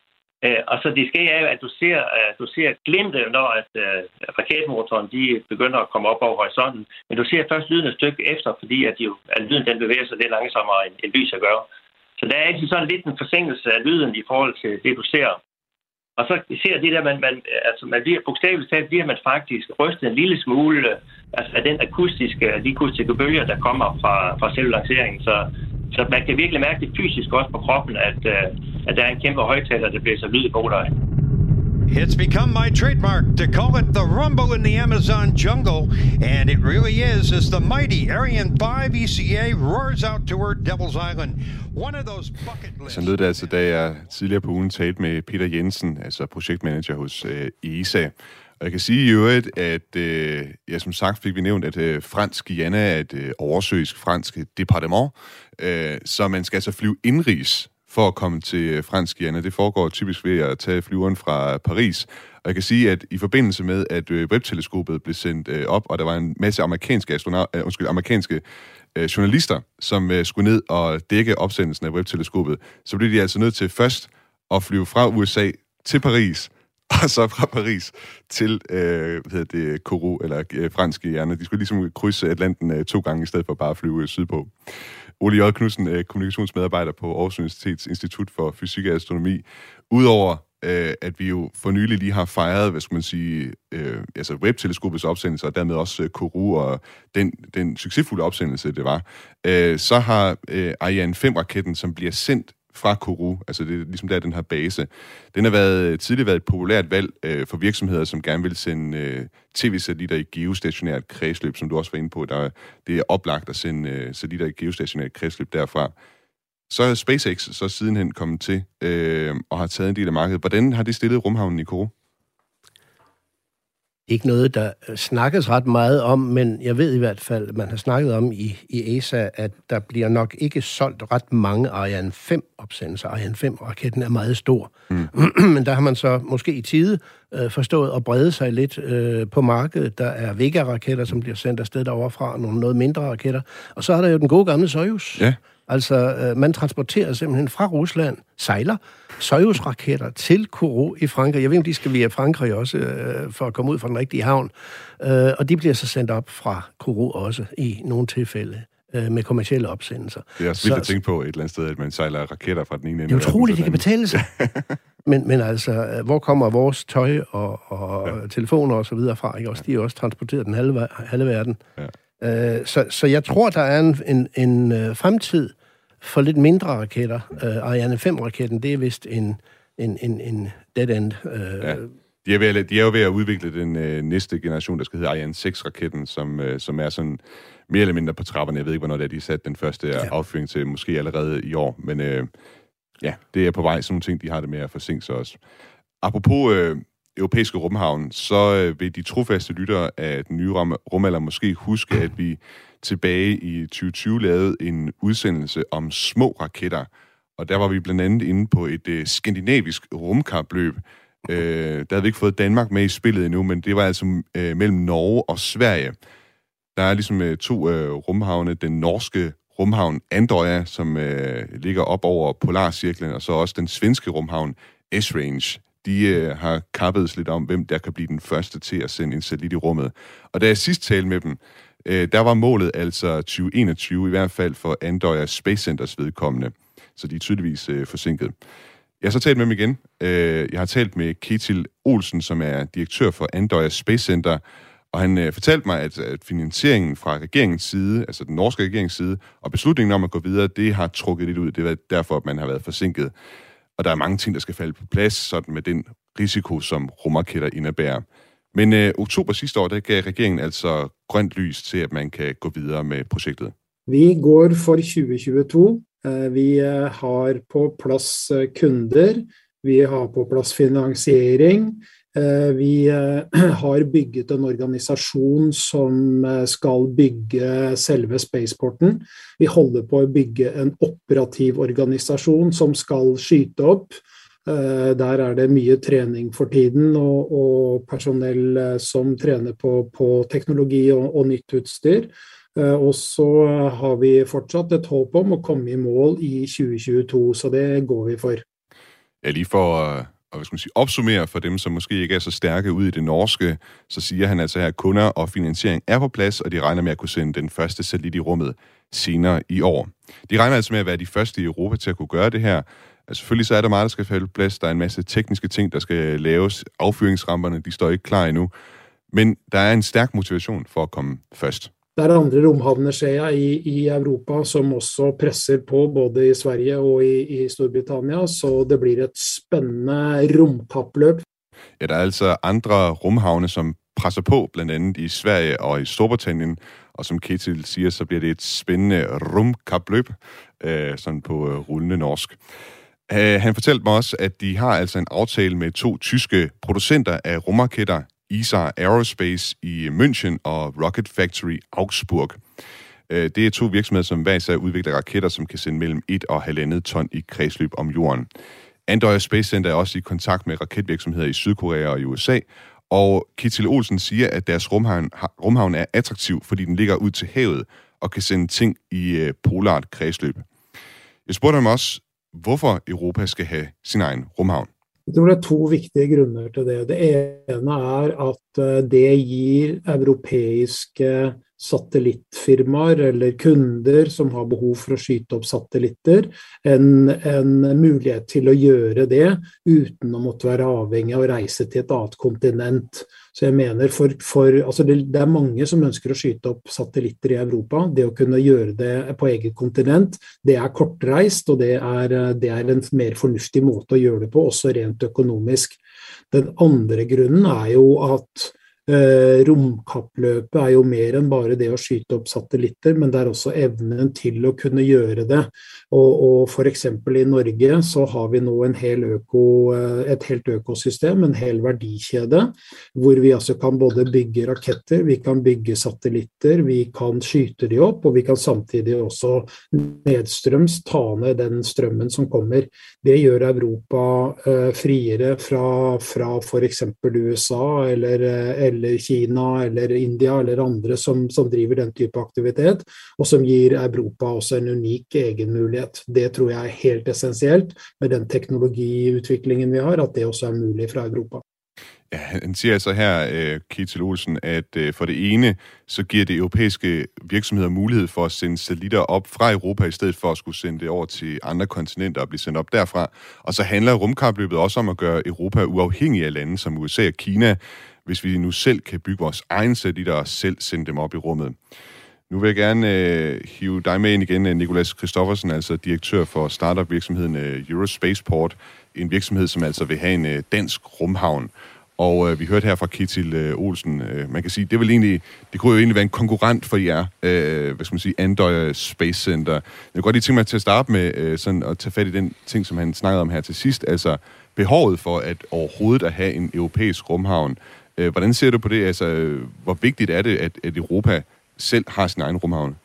Og så det sker jo, at du ser glimte, når raketmotoren de begynder at komme op over horisonten. Men du ser først lyden et stykke efter, fordi at lyden den bevæger sig lidt langsommere end lys at gøre. Så der er altid sådan lidt en forsinkelse af lyden i forhold til det, du ser. Og så ser det der, man bliver bogstaveligt talt, bliver man faktisk rystet en lille smule af den akustiske bølger, der kommer fra selve lanceringen. Så man kan virkelig mærke det fysisk også på kroppen, at der er en kæmpe højtaler, der bliver så lyd i dig. It's become my trademark to call it the rumble in the Amazon jungle, and it really is as the mighty Ariane 5 ECA roars out toward Devil's Island. One of those bucket lists. Så lød det altså, da jeg tidligere på ugen talte med Peter Jensen, altså projektmanager hos ESA. Og jeg kan sige i øvrigt, at som sagt fik vi nævnt, at Fransk Guyana er et oversøisk fransk departement, så man skal altså flyve indrigs for at komme til Fransk Guyana. Det foregår typisk ved at tage flyveren fra Paris. Og jeg kan sige, at i forbindelse med, at Webb-teleskopet blev sendt op, og der var en masse amerikanske journalister, som skulle ned og dække opsendelsen af Webb-teleskopet, så blev de altså nødt til først at flyve fra USA til Paris, og så fra Paris til Kourou, eller Fransk Guyana. De skulle ligesom krydse Atlanten 2 gange, i stedet for bare at flyve sydpå. Ole J. Knudsen, kommunikationsmedarbejder på Aarhus Universitets Institut for Fysik og Astronomi. Udover at vi jo for nylig lige har fejret, Webb-teleskopets opsendelse, og dermed også Kourou og den succesfulde opsendelse, det var, så har Ariane 5-raketten, som bliver sendt fra Kourou, altså det er ligesom der den her base, den har tidligere været et populært valg for virksomheder, som gerne vil sende tv-satellitter i geostationært kredsløb, som du også var inde på. Det er oplagt at sende satellitter i geostationært kredsløb derfra. Så er SpaceX så sidenhen kommet til og har taget en del af markedet. Hvordan har det stillet rumhavnen i Kourou? Ikke noget, der snakkes ret meget om, men jeg ved i hvert fald, at man har snakket om i ESA, at der bliver nok ikke solgt ret mange Ariane 5-opsendelser. Ariane 5-raketten er meget stor. Men der har man så måske i tide forstået at brede sig lidt på markedet. Der er Vega-raketter, som bliver sendt afsted derovre fra, nogle noget mindre raketter. Og så er der jo den gode gamle Soyuz. Ja. Altså, man transporterer simpelthen fra Rusland, sejler Soyuz-raketter til Kourou i Frankrig. Jeg ved, om de skal via Frankrig også, for at komme ud fra den rigtige havn. Og de bliver så sendt op fra Kourou også, i nogle tilfælde, med kommercielle opsendelser. Det er også vildt at tænke på et eller andet sted, at man sejler raketter fra den ene ende. Det er utroligt, det kan betale sig. men altså, hvor kommer vores tøj og telefoner og så videre fra? Ikke? Også, de er også transporteret den halve verden. Ja. Så jeg tror, der er en fremtid for lidt mindre raketter. Ariane 5-raketten, det er vist en dead end. Ja. De er jo ved at udvikle den næste generation, der skal hedde Ariane 6-raketten, som er sådan mere eller mindre på trapperne. Jeg ved ikke, hvornår det er, de satte den første affyring til, måske allerede i år. Men det er på vej. Sådan nogle ting, de har det med at forsinke sig også. Apropos europæiske rumhavn, så vil de trofaste lyttere af den nye rumalder måske huske, at vi tilbage i 2020 lavede en udsendelse om små raketter. Og der var vi blandt andet inde på et skandinavisk rumkapløb. Der havde vi ikke fået Danmark med i spillet endnu, men det var altså mellem Norge og Sverige. Der er ligesom to rumhavne. Den norske rumhavn Andøya, som ligger op over Polarcirklen, og så også den svenske rumhavn S-Range. De har kappet lidt om, hvem der kan blive den første til at sende en satellit i rummet. Og da jeg sidst talte med dem, der var målet altså 2021, i hvert fald for Andøya Space Centers vedkommende. Så de er tydeligvis forsinket. Jeg har så talt med dem igen. Jeg har talt med Ketil Olsen, som er direktør for Andøya Space Center, og han fortalte mig, at finansieringen fra regeringens side, altså den norske regerings side, og beslutningen om at gå videre, det har trukket lidt ud. Det er derfor, at man har været forsinket. Og der er mange ting, der skal falde på plads, sådan med den risiko, som rumraketter indebærer. Men oktober sidste år, der gav regeringen altså grønt lys til, at man kan gå videre med projektet. Vi går for 2022. Vi har på plads kunder, vi har på plads finansiering, vi har bygget en organisation som skal bygge selve spaceporten. Vi holder på at bygge en operativ organisation som skal skyte op. Der det mye trening for tiden, og personell som træner på teknologi og nytt utstyr. Og så har vi fortsat et håb om at komme i mål i 2022, så det går vi for. Ja, lige for at opsummere for dem, som måske ikke er så stærke ude i det norske, så siger han altså her, at kunder og finansiering er på plads, og de regner med at kunne sende den første satellit i rummet senere i år. De regner altså med at være de første i Europa til at kunne gøre det her. Altså, selvfølgelig så er der meget, der skal falde på plads. Der er en masse tekniske ting, der skal laves. Affyringsramperne, de står ikke klar endnu. Men der er en stærk motivation for at komme først. Der andre rumhavner ser i Europa, som også presser på, både i Sverige og i Storbritannien, så det bliver et spændende rumkapløb. Ja, der er altså andre rumhavne, som presser på, blandt andet i Sverige og i Storbritannien, og som Ketil siger, så bliver det et spændende rumkapløb, sådan på rullende norsk. Han fortalte mig også, at de har altså en aftale med 2 tyske producenter af rumraketter, ISAR Aerospace i München og Rocket Factory Augsburg. Det er 2 virksomheder, som hver især udvikler raketter, som kan sende mellem 1 og 1,5 ton i kredsløb om jorden. Andøya Space Center er også i kontakt med raketvirksomheder i Sydkorea og i USA, og Ketil Olsen siger, at deres rumhavn er attraktiv, fordi den ligger ud til havet og kan sende ting i polart kredsløb. Jeg spurgte ham også, hvorfor Europa skal have sin egen rumhavn. Jeg tror det 2 vigtige grunner til det. Det ene at det gir europæiske satellittfirmaer eller kunder som har behov for at skyte op satellitter en mulighed til at gøre det uden at måtte være afhængig af at rejse til et andet kontinent. Så jeg mener, altså det er mange som ønsker at skyte op satellitter i Europa. Det at kunne gøre det på eget kontinent, det er kortreist, og det er en mer fornuftig måte at gøre det på, også rent økonomisk. Den andre grunden er jo at rumkappløpet er jo mer enn bare det å skyte opp satellitter, men det er også evnen til å kunne gjøre det. Og for eksempel i Norge så har vi nå et helt økosystem, en hel verdikjede, hvor vi altså kan både bygge raketter, vi kan bygge satellitter, vi kan skyte de opp, og vi kan samtidig også nedstrøms ta ned den strømmen som kommer. Det gjør Europa friere fra for eksempel USA eller eller Kina eller India eller andre som driver den type aktivitet, og som gir Europa også en unik egenmulighet. Det tror jeg er helt essensielt med den teknologiutviklingen vi har, at det også er muligt fra Europa. Ja, han siger altså her, Ketil Olsen, at for det ene, så giver det europæiske virksomheder mulighed for at sende satellitter op fra Europa, i stedet for at skulle sende det over til andre kontinenter og blive sendt op derfra. Og så handler rumkapløbet også om at gøre Europa uafhængig af lande som USA og Kina, hvis vi nu selv kan bygge vores egne satellitter og selv sende dem op i rummet. Nu vil jeg gerne hive dig med ind igen, Nicolas Christoffersen, altså direktør for startup-virksomheden Eurospaceport, en virksomhed, som altså vil have en dansk rumhavn. Og vi hørte her fra Ketil Olsen, man kan sige, det kunne jo egentlig være en konkurrent for jer, hvad skal man sige, Andøya Space Center. Jeg vil godt lige tænke mig til at starte med sådan at tage fat i den ting, som han snakkede om her til sidst, altså behovet for at overhovedet at have en europæisk rumhavn. Hvordan ser du på det? Altså, hvor vigtigt er det, at Europa selv har sin egen rumhavn?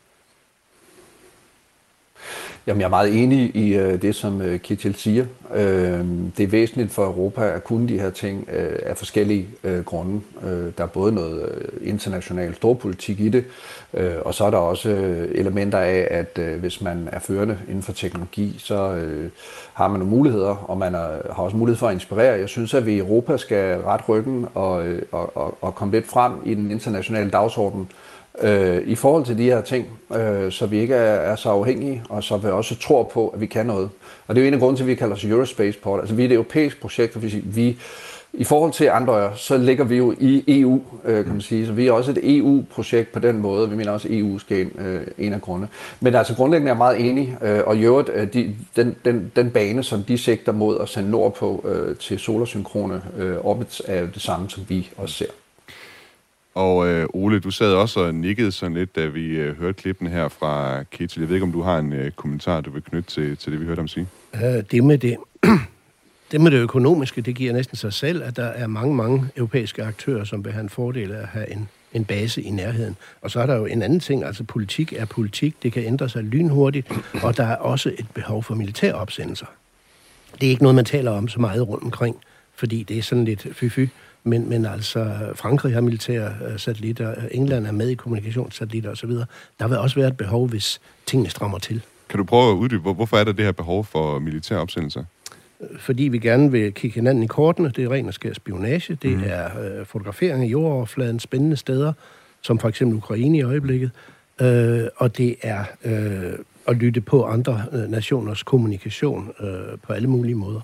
Jamen, jeg er meget enig i det, som Ketil siger. Det er væsentligt for Europa at kunne de her ting af forskellige grunde. Der er både noget international storpolitik i det, og så er der også elementer af, at hvis man er førende inden for teknologi, så har man nogle muligheder, og man har også mulighed for at inspirere. Jeg synes, at vi i Europa skal rette ryggen og komme lidt frem i den internationale dagsorden, i forhold til de her ting, så vi ikke er så afhængige, og så vi også tror på, at vi kan noget. Og det er jo en af grunden til, at vi kalder os Eurospaceport. Altså vi er et europæisk projekt, og vi i forhold til Andøya, så ligger vi jo i EU, kan man sige. Så vi er også et EU-projekt på den måde. Vi mener også, at EU skal en af grundene. Men altså grundlæggende er jeg meget enig, og i øvrigt, den bane, som de sigter mod at sende nordpå til solasynkrone orbits, er jo det samme, som vi også ser. Og Ole, du sad også og nikkede sådan lidt, da vi hørte klippene her fra Ketil. Jeg ved ikke, om du har en kommentar, du vil knytte til det, vi hørte ham sige? Det med det økonomiske, det giver næsten sig selv, at der er mange europæiske aktører, som vil have en fordel af at have en base i nærheden. Og så er der jo en anden ting, altså politik er politik, det kan ændre sig lynhurtigt, og der er også et behov for militære opsendelser. Det er ikke noget, man taler om så meget rundt omkring, fordi det er sådan lidt fy-fy. Men altså, Frankrig har militære satellitter, England er med i kommunikationssatellitter osv. Der vil også være et behov, hvis tingene strammer til. Kan du prøve at uddybe, hvorfor er der det her behov for militære opsendelser? Fordi vi gerne vil kigge hinanden i kortene. Det er ren og skær spionage. Det er fotografering af jordoverfladen, spændende steder, som for eksempel Ukraine i øjeblikket. Og det er at lytte på andre nationers kommunikation på alle mulige måder.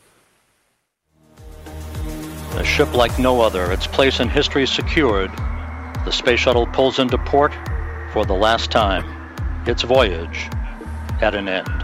A ship like no other, its place in history secured. The space shuttle pulls into port for the last time. Its voyage at an end.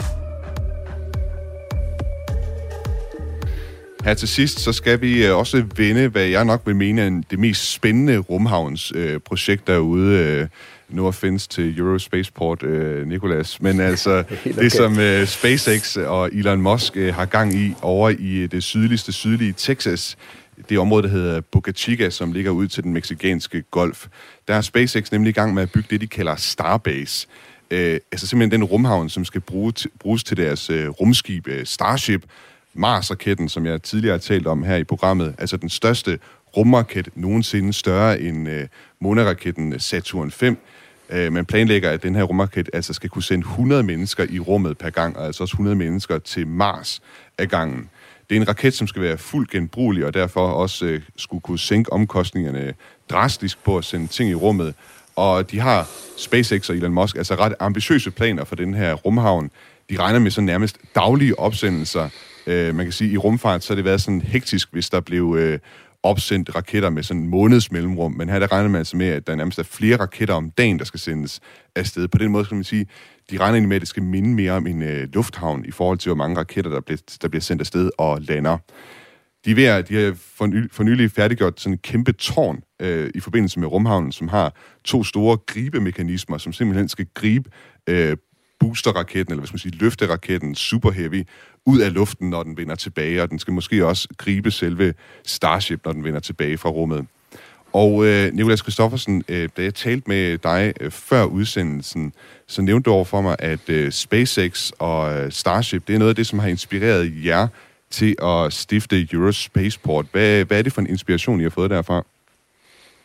Her til sidst, så skal vi også vende, hvad jeg nok vil mene er det mest spændende rumhavnsprojekt derude. No offense til Eurospaceport, Nicolas, men altså okay. Det, som SpaceX og Elon Musk har gang i over i det sydlige Texas, det område, der hedder Boca Chica, som ligger ud til den mexicanske golf. Der er SpaceX nemlig i gang med at bygge det, de kalder Starbase. Altså simpelthen den rumhavn, som skal bruges til deres rumskib Starship, Mars-raketten, som jeg tidligere har talt om her i programmet, altså den største rumraket nogensinde, større end måneraketten Saturn 5. Man planlægger, at den her rumraket altså skal kunne sende 100 mennesker i rummet per gang, og altså også 100 mennesker til Mars ad gangen. Det er en raket, som skal være fuldt genbrugelig, og derfor også skulle kunne sænke omkostningerne drastisk på at sende ting i rummet. Og de har, SpaceX og Elon Musk, altså ret ambitiøse planer for den her rumhavn. De regner med sådan nærmest daglige opsendelser. Man kan sige, at i rumfart, så har det været sådan hektisk, hvis der blev opsendt raketter med sådan en måneds mellemrum. Men her der regner man altså med, at der nærmest er flere raketter om dagen, der skal sendes afsted. På den måde skal man sige, de regner med, at det skal minde mere om en lufthavn i forhold til, hvor mange raketter, der bliver sendt afsted og lander. De har for nylig færdiggjort sådan en kæmpe tårn i forbindelse med rumhavnen, som har 2 store gribemekanismer, som simpelthen skal gribe boosterraketten, eller hvad skal man sige, løfteraketten Super Heavy ud af luften, når den vender tilbage, og den skal måske også gribe selve Starship, når den vender tilbage fra rummet. Og Nicolas Christoffersen, da jeg talte med dig før udsendelsen, så nævnte du over for mig, at SpaceX og Starship, det er noget af det, som har inspireret jer til at stifte Eurospaceport. Hvad er det for en inspiration, I har fået derfra?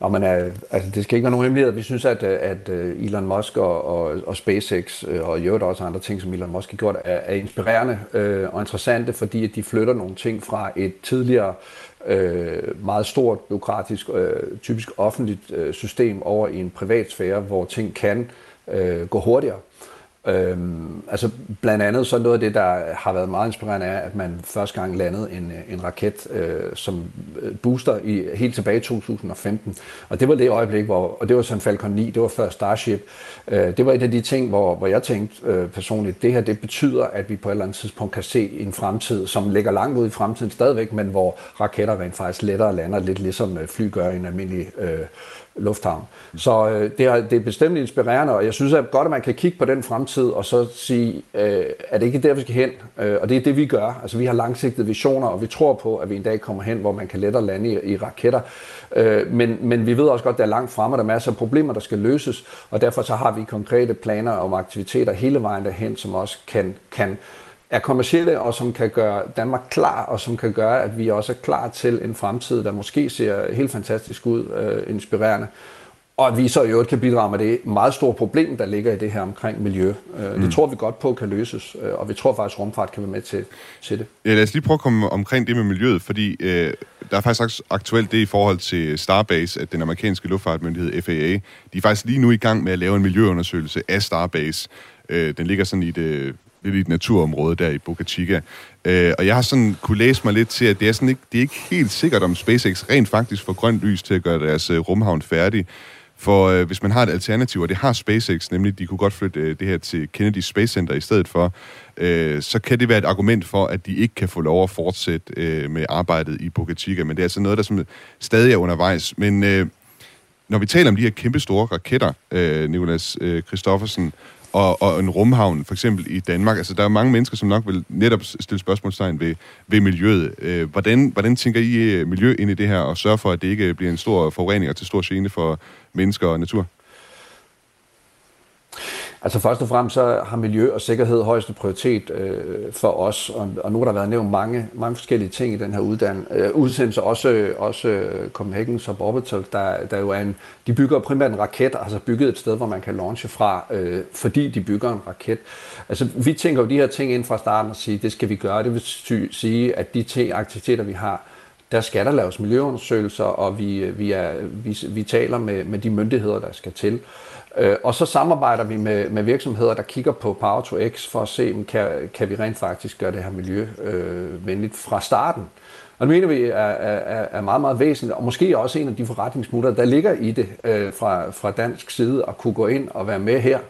Det skal ikke være nogen hemmelighed. Vi synes, at Elon Musk og SpaceX og i øvrigt også andre ting, som Elon Musk har gjort, er inspirerende og interessante, fordi at de flytter nogle ting fra et tidligere meget stort, bureaukratisk, typisk offentligt system over i en privat sfære, hvor ting kan gå hurtigere. Blandt andet så noget af det, der har været meget inspirerende, er, at man første gang landede en raket som booster helt tilbage i 2015. Og det var det øjeblik, og det var sådan Falcon 9, det var før Starship. Det var et af de ting, hvor jeg tænkte personligt, det her, det betyder, at vi på et eller andet tidspunkt kan se en fremtid, som ligger langt ud i fremtiden stadigvæk, men hvor raketter rent faktisk lettere lander, lidt ligesom fly gør i en almindelig lufthavn. Så det er bestemt inspirerende, og jeg synes at godt, at man kan kigge på den fremtid og så sige, er det ikke der, vi skal hen? Og det er det, vi gør. Altså, vi har langsigtede visioner, og vi tror på, at vi en dag kommer hen, hvor man kan lettere lande i raketter. Men vi ved også godt, at der er langt fremme, og der er masser af problemer, der skal løses, og derfor så har vi konkrete planer om aktiviteter hele vejen derhen, som også er kommercielle, og som kan gøre Danmark klar, og som kan gøre, at vi også er klar til en fremtid, der måske ser helt fantastisk ud, inspirerende. Og at vi så i øvrigt kan bidrage med det meget store problem, der ligger i det her omkring miljø. Det tror vi godt på kan løses, og vi tror faktisk, at rumfart kan være med til det. Ja, lad os lige prøve at komme omkring det med miljøet, fordi der er faktisk aktuelt det i forhold til Starbase, at den amerikanske luftfartmyndighed FAA, de er faktisk lige nu i gang med at lave en miljøundersøgelse af Starbase. Den ligger sådan i et naturområde der i Boca Chica. Og jeg har sådan kunne læse mig lidt til, at det er ikke helt sikkert, om SpaceX rent faktisk får grønt lys til at gøre deres rumhavn færdig. For hvis man har et alternativ, og det har SpaceX, nemlig de kunne godt flytte det her til Kennedy Space Center i stedet for, så kan det være et argument for, at de ikke kan få lov at fortsætte med arbejdet i Boca Chica. Men det er altså noget, der stadig er undervejs. Men når vi taler om de her kæmpe store raketter, Nicolas Christoffersen, og en rumhavn, for eksempel i Danmark. Altså, der er mange mennesker, som nok vil netop stille spørgsmålstegn ved miljøet. Hvordan tænker I miljø ind i det her, og sørge for, at det ikke bliver en stor forurening og til stor gene for mennesker og natur? Altså først og fremmest så har miljø og sikkerhed højeste prioritet for os, og nu har der været nævnt mange forskellige ting i den her udsendelse, også Copenhagen Suborbital, der jo er de bygger primært en raket, altså bygget et sted, hvor man kan launche fra, fordi de bygger en raket. Altså vi tænker jo de her ting ind fra starten og sige, det skal vi gøre, det vil sige, at de aktiviteter, vi har, der skal der laves miljøundersøgelser, og vi taler med de myndigheder, der skal til. Og så samarbejder vi med virksomheder, der kigger på Power to X for at se, kan vi rent faktisk gøre det her miljøvenligt fra starten. Og det mener vi er meget, meget væsentligt, og måske også en af de forretningsmuligheder, der ligger i det fra dansk side, at kunne gå ind og være med her.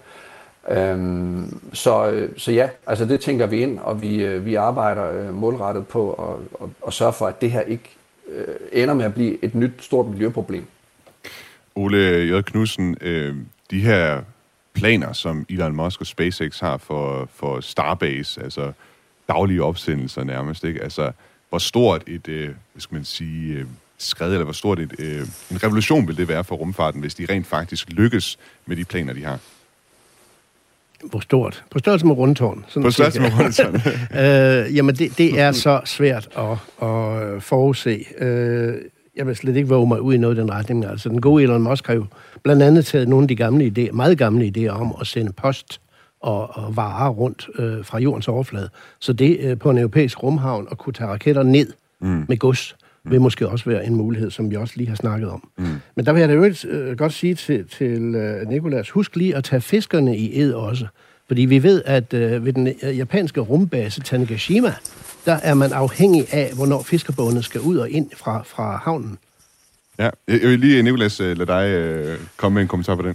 Så ja, altså det tænker vi ind, og vi arbejder målrettet på at sørge for, at det her ikke ender med at blive et nyt stort miljøproblem. Ole J. Knudsen, de her planer, som Elon Musk og SpaceX har for Starbase, altså daglige opsendelser nærmest, ikke? Altså, hvor stort et, skred, eller hvor stort en revolution vil det være for rumfarten, hvis de rent faktisk lykkes med de planer, de har? Hvor stort? På størrelse med rundtårn. På størrelse med rundtårn. Jamen, det er så svært at forudse. Jeg vil slet ikke våge mig ud i noget i den retning. Altså, den gode Elon Musk har jo blandt andet taget nogle af de gamle idéer, meget gamle idéer om at sende post og varer rundt fra jordens overflade. Så det på en europæisk rumhavn at kunne tage raketter ned med gods, vil måske også være en mulighed, som vi også lige har snakket om. Men der vil jeg da jo godt sige til Nicolas, husk lige at tage fiskerne i ed også. Fordi vi ved, at ved den japanske rumbase Tanegashima, der er man afhængig af, hvornår fiskerbådene skal ud og ind fra havnen. Ja, jeg vil lige, Nicolas, lade dig komme med en kommentar på den.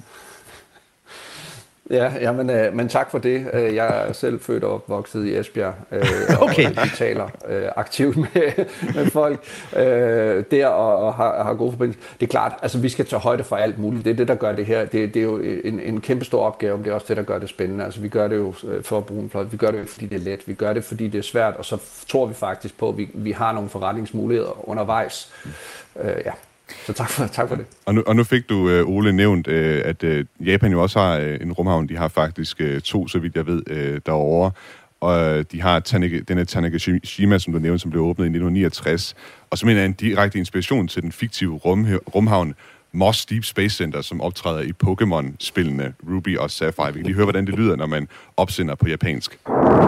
Ja, men tak for det. Jeg er selv født og opvokset i Esbjerg, okay. Og vi taler aktivt med folk der og har gode forbindelser. Det er klart, altså vi skal tage højde for alt muligt. Det er det, der gør det her. Det er jo en kæmpe stor opgave, men det er også det, der gør det spændende. Altså vi gør det jo for at bruge en flot. Vi gør det jo, fordi det er let. Vi gør det, fordi det er svært, og så tror vi faktisk på, at vi har nogle forretningsmuligheder undervejs. Ja. Så tak for det. Og nu fik du, Ole, nævnt, at Japan jo også har en rumhavn. De har faktisk 2, så vidt jeg ved, derovre. Og de har denne Tanegashima, som du nævnte, som blev åbnet i 1969. Og som en direkte inspiration til den fiktive rumhavn Moss Deep Space Center, som optræder i Pokémon-spillene Ruby og Sapphire. Vi kan lige høre, hvordan det lyder, når man opsender på japansk.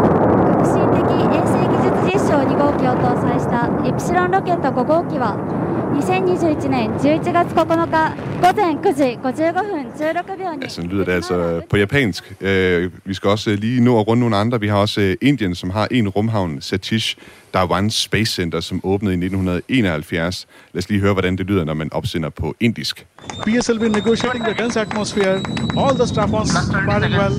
2号機を搭載したイプシロンロケット5号機は2021年11月9日午前9時55分16秒に... Ja, sådan lyder det altså på japansk. Vi skal også lige nå at runde nogle andre. Vi har også Indien, som har en rumhavn, Satish Dhawan Space Center, som åbnede i 1971. Lad os lige høre, hvordan det lyder, når man opsender på indisk. PSLV negotiating the dense atmosphere. All the strap-ons firing well.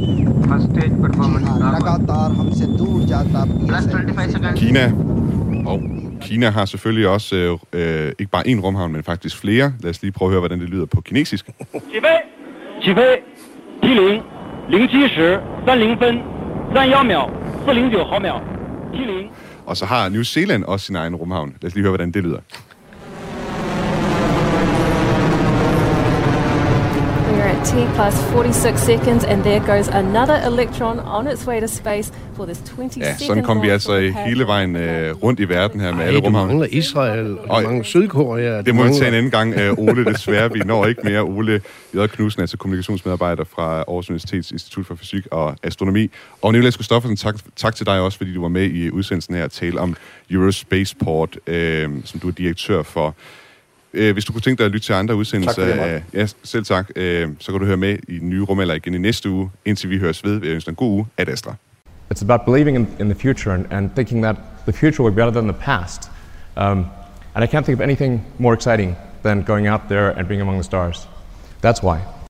Kina har selvfølgelig også ikke bare én rumhavn, men faktisk flere. Lad os lige prøve at høre, hvordan det lyder på kinesisk. Og så har New Zealand også sin egen rumhavn. Lad os lige høre, hvordan det lyder. T plus 46 seconds, and there goes another electron on its way to space for this 22nd. Ja, sådan kom vi altså hele vejen rundt i verden her med alle rumhavne. Du mangler Israel, og du mangler Sydkorea. Det må vi tage en anden gang, Ole, desværre. Vi når ikke mere. Ole J. Knudsen, altså kommunikationsmedarbejder fra Aarhus Universitets Institut for Fysik og Astronomi. Og Nicolás Christoffersen, tak til dig også, fordi du var med i udsendelsen her og tale om Eurospaceport, som du er direktør for. Hvis du kunne tænke dig at lytte til andre udsendelser, selv tak, så kan du høre med i den nye rumalder igen i næste uge. Indtil vi høres ved, vil jeg ønske en god uge. Ad Astra. It's about believing in the future and thinking that the future will be better than the past. And I can't think of anything more exciting than going out there and being among the stars. That's why.